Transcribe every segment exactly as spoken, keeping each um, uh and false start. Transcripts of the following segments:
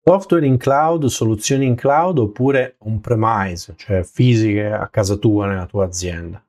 Software in cloud, soluzioni in cloud oppure on-premise, cioè fisiche a casa tua, nella tua azienda.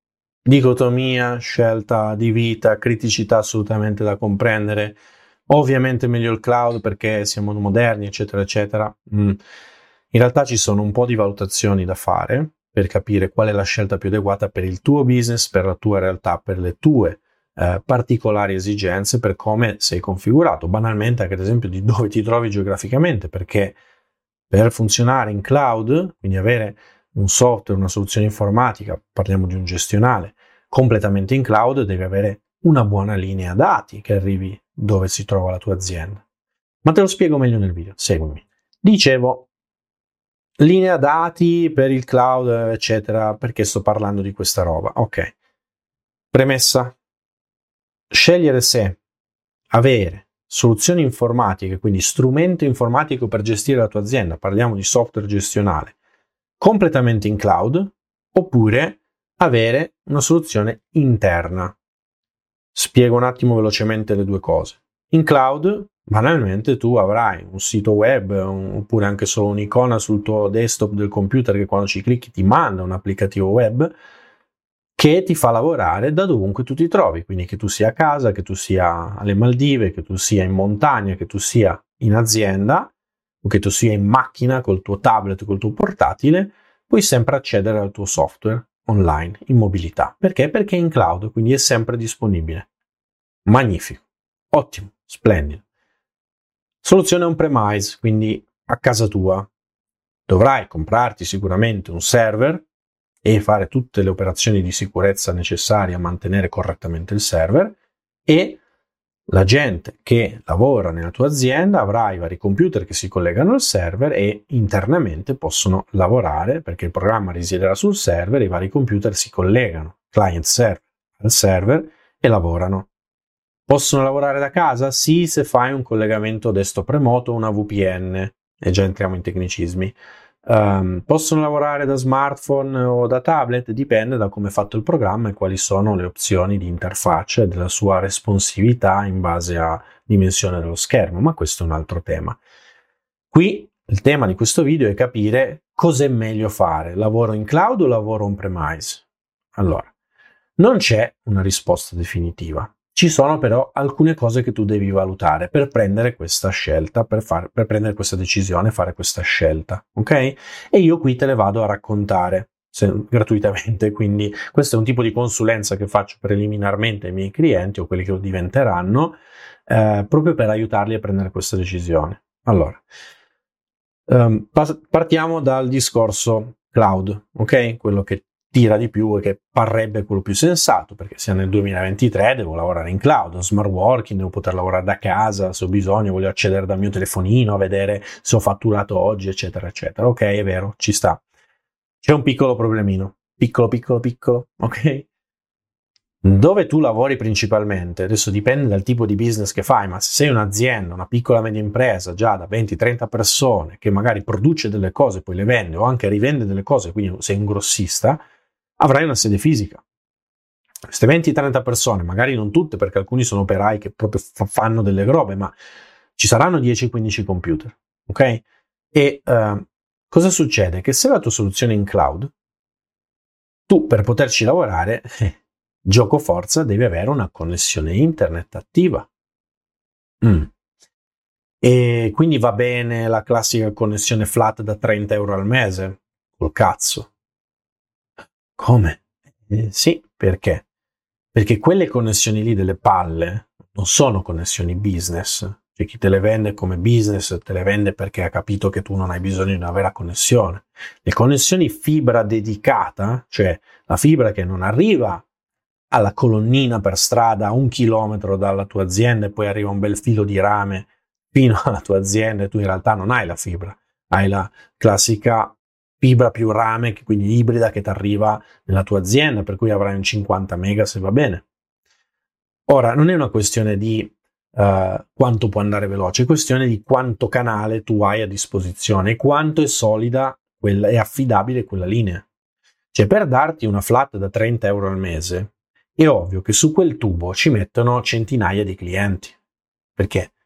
Dicotomia, scelta di vita, criticità assolutamente da comprendere. Ovviamente meglio il cloud perché siamo moderni, eccetera, eccetera. Mm. In realtà ci sono un po' di valutazioni da fare per capire qual è la scelta più adeguata per il tuo business, per la tua realtà, per le tue eh, particolari esigenze, per come sei configurato. Banalmente anche ad esempio di dove ti trovi geograficamente, perché per funzionare in cloud, quindi avere un software, una soluzione informatica, parliamo di un gestionale, completamente in cloud, devi avere una buona linea dati che arrivi dove si trova la tua azienda. Ma te lo spiego meglio nel video, seguimi. Dicevo, linea dati per il cloud, eccetera, perché sto parlando di questa roba. Ok. Premessa. Scegliere se avere soluzioni informatiche, quindi strumento informatico per gestire la tua azienda, parliamo di software gestionale, completamente in cloud, oppure avere una soluzione interna. Spiego un attimo velocemente le due cose. In cloud, banalmente, tu avrai un sito web un, oppure anche solo un'icona sul tuo desktop del computer che quando ci clicchi ti manda un applicativo web che ti fa lavorare da dovunque tu ti trovi, quindi che tu sia a casa, che tu sia alle Maldive, che tu sia in montagna, che tu sia in azienda o che tu sia in macchina col tuo tablet, col tuo portatile, puoi sempre accedere al tuo software online in mobilità. Perché? Perché è in cloud, quindi è sempre disponibile. Magnifico, ottimo, splendido. Soluzione on-premise, quindi a casa tua. Dovrai comprarti sicuramente un server e fare tutte le operazioni di sicurezza necessarie a mantenere correttamente il server, e la gente che lavora nella tua azienda avrà i vari computer che si collegano al server e internamente possono lavorare perché il programma risiederà sul server e i vari computer si collegano, client server, al server e lavorano. Possono lavorare da casa? Sì, se fai un collegamento desktop remoto o una V P N, e già entriamo in tecnicismi. Um, possono lavorare da smartphone o da tablet? Dipende da come è fatto il programma e quali sono le opzioni di interfaccia e della sua responsività in base a dimensione dello schermo, ma questo è un altro tema. Qui il tema di questo video è capire cosa è meglio fare, lavoro in cloud o lavoro on-premise. Allora, non c'è una risposta definitiva. Ci sono però alcune cose che tu devi valutare per prendere questa scelta, per, far, per prendere questa decisione, fare questa scelta, ok? E io qui te le vado a raccontare se, gratuitamente, quindi questo è un tipo di consulenza che faccio preliminarmente ai miei clienti o quelli che lo diventeranno, eh, proprio per aiutarli a prendere questa decisione. Allora, um, partiamo dal discorso cloud, ok? Quello che tira di più e che parrebbe quello più sensato, perché se nel duemilaventitré devo lavorare in cloud, smart working, devo poter lavorare da casa, se ho bisogno voglio accedere dal mio telefonino a vedere se ho fatturato oggi, eccetera, eccetera. Ok, è vero, ci sta. C'è un piccolo problemino, piccolo, piccolo, piccolo, ok? Dove tu lavori principalmente, adesso dipende dal tipo di business che fai, ma se sei un'azienda, una piccola media impresa già da venti trenta persone che magari produce delle cose, poi le vende o anche rivende delle cose, quindi sei un grossista, avrai una sede fisica. Queste venti trenta persone, magari non tutte perché alcuni sono operai che proprio f- fanno delle robe, ma ci saranno dieci quindici computer, ok? E uh, cosa succede? Che se la tua soluzione è in cloud, tu per poterci lavorare, eh, gioco forza, devi avere una connessione internet attiva. Mm. E quindi va bene la classica connessione flat da trenta euro al mese? Col cazzo. Come? Eh, sì, perché? Perché quelle connessioni lì delle palle non sono connessioni business. Cioè chi te le vende come business te le vende perché ha capito che tu non hai bisogno di una vera connessione. Le connessioni fibra dedicata, cioè la fibra che non arriva alla colonnina per strada a un chilometro dalla tua azienda e poi arriva un bel filo di rame fino alla tua azienda e tu in realtà non hai la fibra, hai la classica fibra più rame, che quindi ibrida, che ti arriva nella tua azienda, per cui avrai un cinquanta mega se va bene. Ora, non è una questione di uh, quanto può andare veloce, è questione di quanto canale tu hai a disposizione e quanto è solida quella, è affidabile quella linea. Cioè, per darti una flat da trenta euro al mese, è ovvio che su quel tubo ci mettono centinaia di clienti. Perché?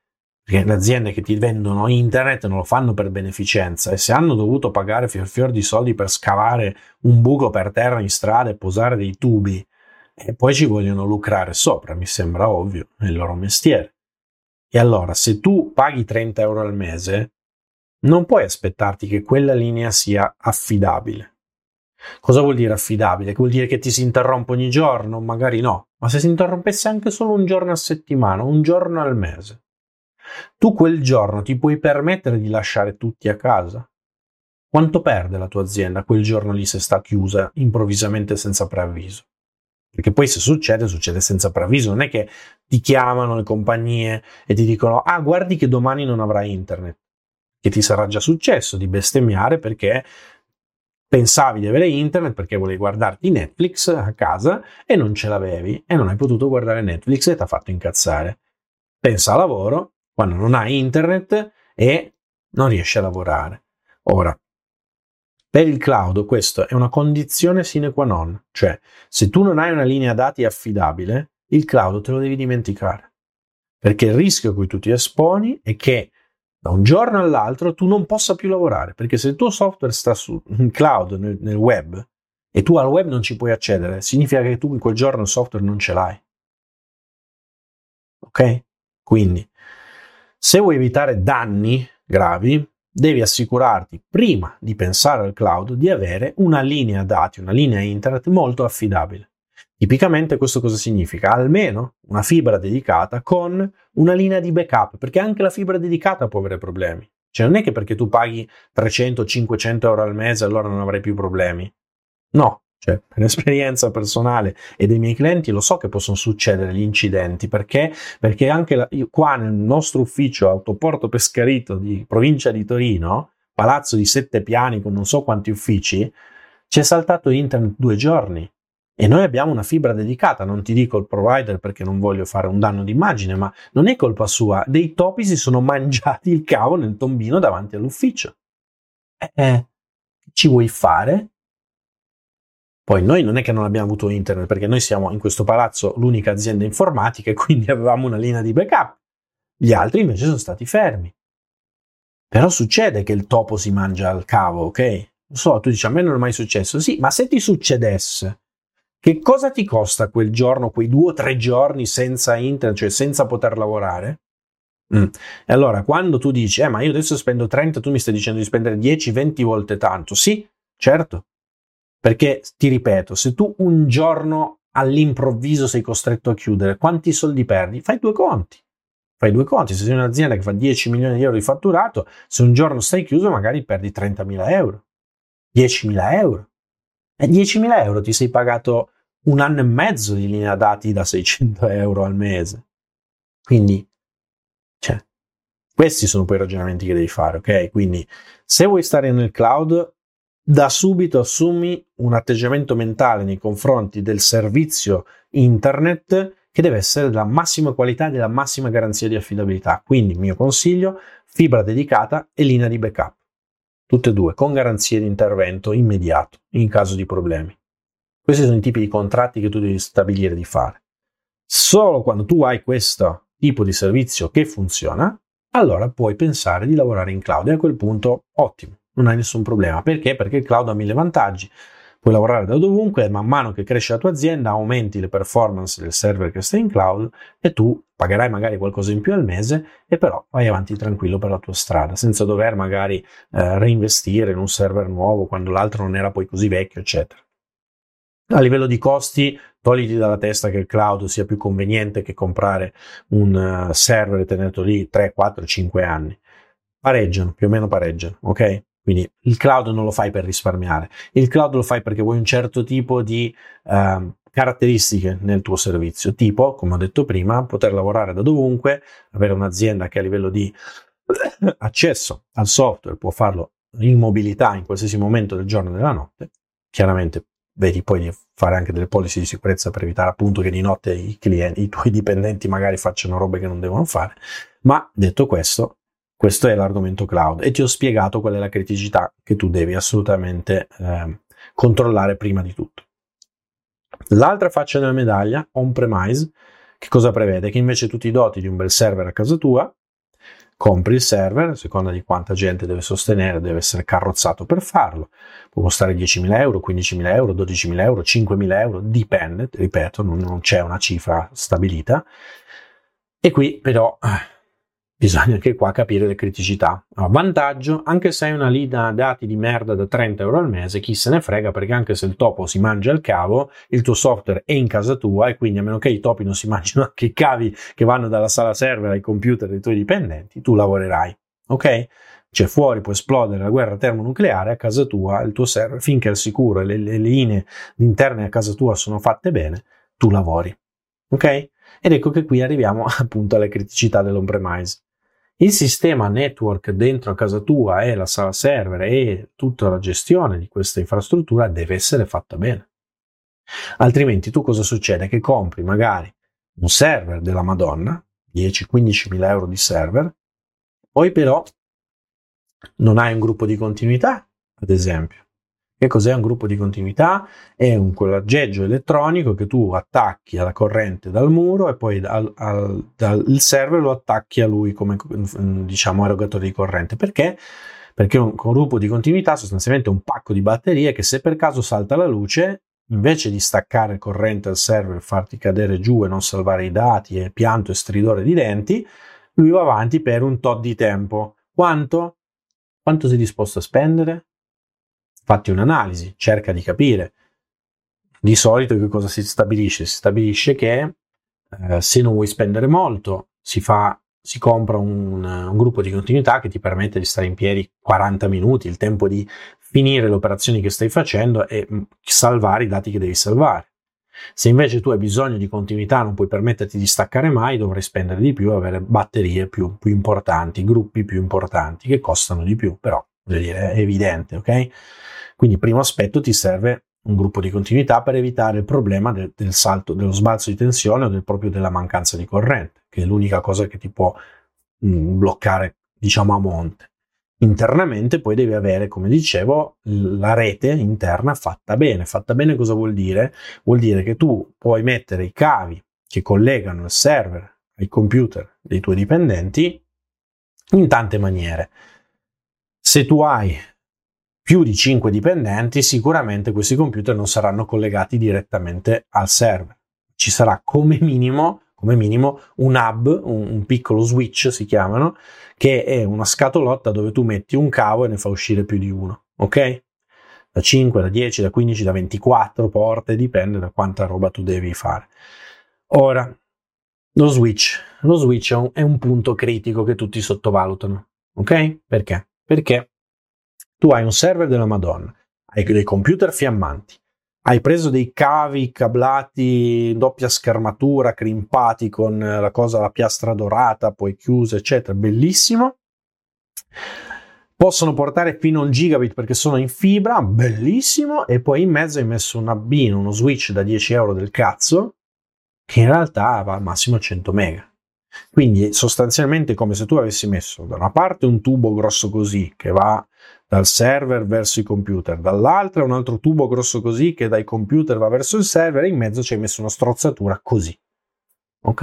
perché le aziende che ti vendono internet non lo fanno per beneficenza, e se hanno dovuto pagare fior fior di soldi per scavare un buco per terra in strada e posare dei tubi, e poi ci vogliono lucrare sopra, mi sembra ovvio, è il loro mestiere. E allora, se tu paghi trenta euro al mese, non puoi aspettarti che quella linea sia affidabile. Cosa vuol dire affidabile? Che vuol dire che ti si interrompe ogni giorno? Magari no, ma se si interrompesse anche solo un giorno a settimana, un giorno al mese, tu quel giorno ti puoi permettere di lasciare tutti a casa? Quanto perde la tua azienda quel giorno lì se sta chiusa improvvisamente senza preavviso? Perché poi se succede, succede senza preavviso, non è che ti chiamano le compagnie e ti dicono ah, guardi che domani non avrai internet, che ti sarà già successo di bestemmiare perché pensavi di avere internet perché volevi guardarti Netflix a casa e non ce l'avevi e non hai potuto guardare Netflix e ti ha fatto incazzare. Pensa al lavoro quando non hai internet e non riesci a lavorare. Ora, per il cloud questo è una condizione sine qua non, cioè se tu non hai una linea dati affidabile, il cloud te lo devi dimenticare, perché il rischio a cui tu ti esponi è che da un giorno all'altro tu non possa più lavorare, perché se il tuo software sta su in cloud, nel, nel web, e tu al web non ci puoi accedere, significa che tu in quel giorno il software non ce l'hai. Ok? Quindi, se vuoi evitare danni gravi, devi assicurarti, prima di pensare al cloud, di avere una linea dati, una linea internet molto affidabile. Tipicamente questo cosa significa? Almeno una fibra dedicata con una linea di backup, perché anche la fibra dedicata può avere problemi. Cioè non è che perché tu paghi trecento cinquecento euro al mese allora non avrai più problemi. No, cioè per esperienza personale e dei miei clienti lo so che possono succedere gli incidenti, perché? Perché anche la, io, qua nel nostro ufficio Autoporto Pescarito di provincia di Torino, palazzo di sette piani con non so quanti uffici, c'è saltato internet due giorni. E noi abbiamo una fibra dedicata, non ti dico il provider perché non voglio fare un danno d'immagine, ma non è colpa sua, dei topi si sono mangiati il cavo nel tombino davanti all'ufficio. Eh, eh, ci vuoi fare? Poi noi non è che non abbiamo avuto internet, perché noi siamo in questo palazzo l'unica azienda informatica e quindi avevamo una linea di backup. Gli altri invece sono stati fermi. Però succede che il topo si mangia il cavo, ok? Lo so, tu dici a me non è mai successo. Sì, ma se ti succedesse, che cosa ti costa quel giorno, quei due o tre giorni senza internet, cioè senza poter lavorare? Mm. E allora quando tu dici, eh ma io adesso spendo trenta, tu mi stai dicendo di spendere dieci venti volte tanto. Sì, certo. Perché, ti ripeto, se tu un giorno all'improvviso sei costretto a chiudere, quanti soldi perdi? Fai due conti. Fai due conti. Se sei un'azienda che fa dieci milioni di euro di fatturato, se un giorno stai chiuso magari perdi trentamila euro, diecimila euro. E diecimila euro ti sei pagato un anno e mezzo di linea dati da seicento euro al mese. Quindi, cioè, questi sono poi i ragionamenti che devi fare, ok? Quindi, se vuoi stare nel cloud, da subito assumi un atteggiamento mentale nei confronti del servizio internet che deve essere della massima qualità e della massima garanzia di affidabilità. Quindi, il mio consiglio, fibra dedicata e linea di backup. Tutte e due, con garanzie di intervento immediato in caso di problemi. Questi sono i tipi di contratti che tu devi stabilire di fare. Solo quando tu hai questo tipo di servizio che funziona, allora puoi pensare di lavorare in cloud e a quel punto ottimo, non hai nessun problema. Perché? Perché il cloud ha mille vantaggi. Puoi lavorare da dovunque e man mano che cresce la tua azienda aumenti le performance del server che sta in cloud e tu pagherai magari qualcosa in più al mese e però vai avanti tranquillo per la tua strada senza dover magari eh, reinvestire in un server nuovo quando l'altro non era poi così vecchio, eccetera. A livello di costi, togliti dalla testa che il cloud sia più conveniente che comprare un uh, server e tenerlo lì tre, quattro, cinque anni. Pareggiano, più o meno pareggiano, ok? Quindi il cloud non lo fai per risparmiare, il cloud lo fai perché vuoi un certo tipo di uh, caratteristiche nel tuo servizio, tipo, come ho detto prima, poter lavorare da dovunque, avere un'azienda che a livello di accesso al software può farlo in mobilità in qualsiasi momento del giorno e della notte, chiaramente vedi poi di fare anche delle policy di sicurezza per evitare appunto che di notte i clienti, i tuoi dipendenti magari facciano robe che non devono fare. Ma detto questo, questo è l'argomento cloud e ti ho spiegato qual è la criticità che tu devi assolutamente eh, controllare prima di tutto. L'altra faccia della medaglia, on-premise, che cosa prevede? Che invece tu ti doti di un bel server a casa tua, compri il server, a seconda di quanta gente deve sostenere, deve essere carrozzato per farlo, può costare diecimila euro, quindicimila euro, dodicimila euro, cinquemila euro, dipende, ripeto, non, non c'è una cifra stabilita. E qui però bisogna anche qua capire le criticità. Allora, vantaggio, anche se hai una linea dati di merda da trenta euro al mese, chi se ne frega, perché anche se il topo si mangia il cavo, il tuo software è in casa tua e quindi a meno che i topi non si mangino anche i cavi che vanno dalla sala server ai computer dei tuoi dipendenti, tu lavorerai, ok? Cioè fuori può esplodere la guerra termonucleare, a casa tua il tuo server, finché è al sicuro e le, le linee interne a casa tua sono fatte bene, tu lavori, ok? Ed ecco che qui arriviamo appunto alle criticità dell'on-premise. Il sistema network dentro a casa tua e la sala server e tutta la gestione di questa infrastruttura deve essere fatta bene. Altrimenti tu cosa succede? Che compri magari un server della Madonna, dieci quindici mila euro di server, poi però non hai un gruppo di continuità, ad esempio. Che cos'è un gruppo di continuità? È un quell'aggeggio elettronico che tu attacchi alla corrente dal muro e poi al, al, dal, il server lo attacchi a lui come, diciamo, erogatore di corrente. Perché? Perché un, un gruppo di continuità sostanzialmente è un pacco di batterie che se per caso salta la luce, invece di staccare corrente al server, farti cadere giù e non salvare i dati e pianto e stridore di denti, lui va avanti per un tot di tempo. Quanto? Quanto sei disposto a spendere? Fatti un'analisi, cerca di capire. Di solito che cosa si stabilisce? Si stabilisce che eh, se non vuoi spendere molto, si fa, si compra un, un gruppo di continuità che ti permette di stare in piedi quaranta minuti, il tempo di finire le operazioni che stai facendo e mh, salvare i dati che devi salvare. Se invece tu hai bisogno di continuità, non puoi permetterti di staccare mai, dovrai spendere di più e avere batterie più, più importanti, gruppi più importanti che costano di più, però voglio dire, è evidente, ok? Quindi primo aspetto, ti serve un gruppo di continuità per evitare il problema del, del salto, dello sbalzo di tensione o del, proprio della mancanza di corrente, che è l'unica cosa che ti può mh, bloccare, diciamo, a monte. Internamente poi devi avere, come dicevo, la rete interna fatta bene. Fatta bene cosa vuol dire? Vuol dire che tu puoi mettere i cavi che collegano il server ai computer dei tuoi dipendenti in tante maniere. Se tu hai più di cinque dipendenti, sicuramente questi computer non saranno collegati direttamente al server. Ci sarà come minimo, come minimo un hub, un, un piccolo switch si chiamano, che è una scatolotta dove tu metti un cavo e ne fa uscire più di uno, ok? Da cinque, da dieci, da quindici, da ventiquattro porte, dipende da quanta roba tu devi fare. Ora, lo switch. Lo switch è un, è un punto critico che tutti sottovalutano, ok? Perché? Perché tu hai un server della Madonna, hai dei computer fiammanti, hai preso dei cavi cablati doppia schermatura, crimpati con la cosa, la piastra dorata, poi chiusa, eccetera, bellissimo. Possono portare fino a un gigabit perché sono in fibra, bellissimo, e poi in mezzo hai messo una bin, uno switch da dieci euro del cazzo, che in realtà va al massimo cento mega. Quindi sostanzialmente è come se tu avessi messo da una parte un tubo grosso così che va dal server verso i computer, dall'altra un altro tubo grosso così che dai computer va verso il server e in mezzo ci hai messo una strozzatura così, ok?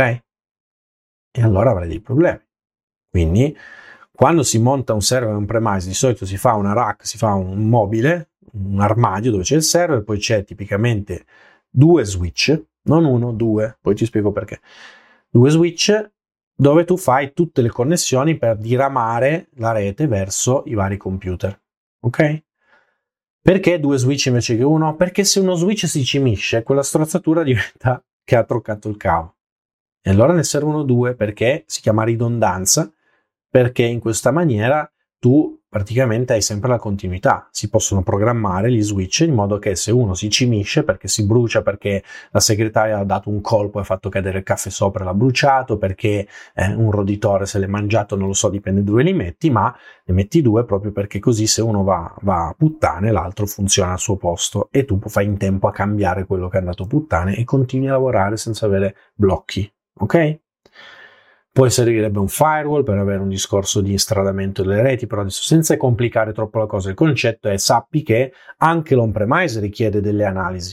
E allora avrai dei problemi. Quindi quando si monta un server on-premise di solito si fa una rack, si fa un mobile, un armadio dove c'è il server, poi c'è tipicamente due switch, non uno, due, poi ti spiego perché. Due switch dove tu fai tutte le connessioni per diramare la rete verso i vari computer, ok? Perché due switch invece che uno? Perché se uno switch si cimisce, quella strozzatura diventa che ha toccato il cavo. E allora ne servono due perché si chiama ridondanza, perché in questa maniera tu praticamente hai sempre la continuità. Si possono programmare gli switch in modo che se uno si cimisce perché si brucia, perché la segretaria ha dato un colpo e ha fatto cadere il caffè sopra e l'ha bruciato, perché eh, un roditore se l'è mangiato, non lo so, dipende dove li metti, ma ne metti due proprio perché così se uno va, va a puttane l'altro funziona al suo posto e tu fai in tempo a cambiare quello che è andato a puttane e continui a lavorare senza avere blocchi, ok? Poi servirebbe un firewall per avere un discorso di instradamento delle reti, però adesso senza complicare troppo la cosa, il concetto è sappi che anche l'on-premise richiede delle analisi.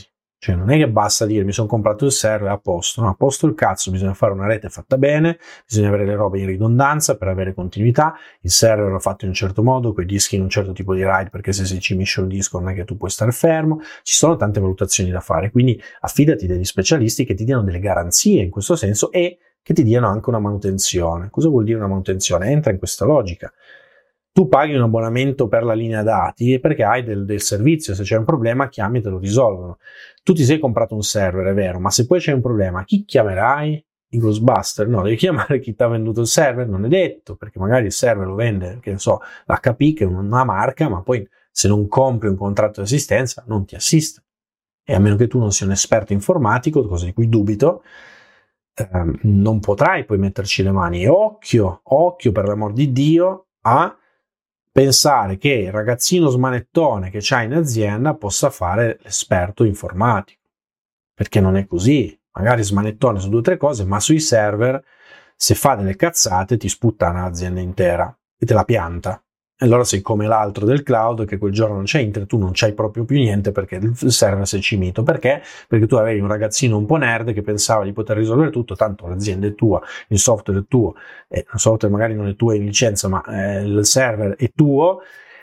Cioè non è che basta dire mi sono comprato il server a posto, no, a posto il cazzo, bisogna fare una rete fatta bene, bisogna avere le robe in ridondanza per avere continuità, il server va fatto in un certo modo, con i dischi in un certo tipo di RAID, perché se si cimisce un disco non è che tu puoi stare fermo, ci sono tante valutazioni da fare, quindi affidati degli specialisti che ti diano delle garanzie in questo senso e che ti diano anche una manutenzione. Cosa vuol dire una manutenzione? Entra in questa logica. Tu paghi un abbonamento per la linea dati perché hai del, del servizio, se c'è un problema chiami e te lo risolvono. Tu ti sei comprato un server, è vero, ma se poi c'è un problema, chi chiamerai? I Ghostbuster? No, devi chiamare chi ti ha venduto il server, non è detto, perché magari il server lo vende, che ne so, l'H P, che è una marca, ma poi se non compri un contratto di assistenza non ti assiste. E a meno che tu non sia un esperto informatico, cosa di cui dubito, ehm, non potrai poi metterci le mani. E occhio, occhio per l'amor di Dio a pensare che il ragazzino smanettone che c'hai in azienda possa fare l'esperto informatico, perché non è così. Magari smanettone su due o tre cose, ma sui server, se fa delle cazzate, ti sputtana l'azienda intera e te la pianta. E allora sei come l'altro del cloud, che quel giorno non c'è internet, tu non c'hai proprio più niente perché il server si è cimito. Perché? Perché tu avevi un ragazzino un po' nerd che pensava di poter risolvere tutto, tanto l'azienda è tua, il software è tuo, eh, il software magari non è tuo in licenza, ma eh, il server è tuo,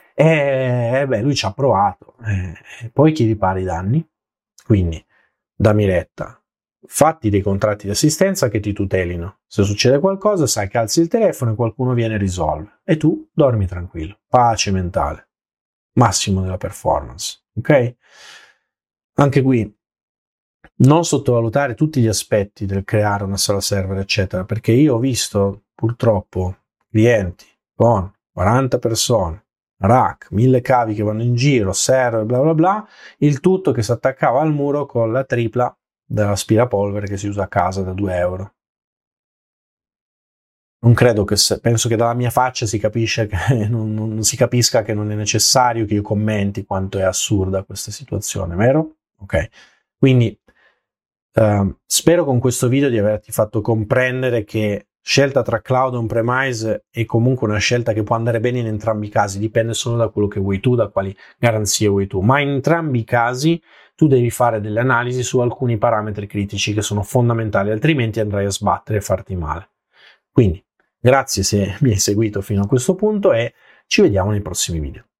e eh, beh, lui ci ha provato. Eh, poi chi ripara i danni? Quindi, dammi retta. Fatti dei contratti di assistenza che ti tutelino. Se succede qualcosa, sai che alzi il telefono e qualcuno viene e risolve. E tu dormi tranquillo. Pace mentale. Massimo della performance. Ok? Anche qui, non sottovalutare tutti gli aspetti del creare una sala server, eccetera, perché io ho visto, purtroppo, clienti con quaranta persone, rack, mille cavi che vanno in giro, server, bla bla bla, il tutto che si attaccava al muro con la tripla dell'aspirapolvere che si usa a casa da due euro. Non credo che se, penso che dalla mia faccia si capisce che non, non si capisca che non è necessario che io commenti quanto è assurda questa situazione, vero? Ok. Quindi eh, spero con questo video di averti fatto comprendere che scelta tra cloud e on-premise è comunque una scelta che può andare bene in entrambi i casi, dipende solo da quello che vuoi tu, da quali garanzie vuoi tu, ma in entrambi i casi tu devi fare delle analisi su alcuni parametri critici che sono fondamentali, altrimenti andrai a sbattere e farti male. Quindi, grazie se mi hai seguito fino a questo punto e ci vediamo nei prossimi video.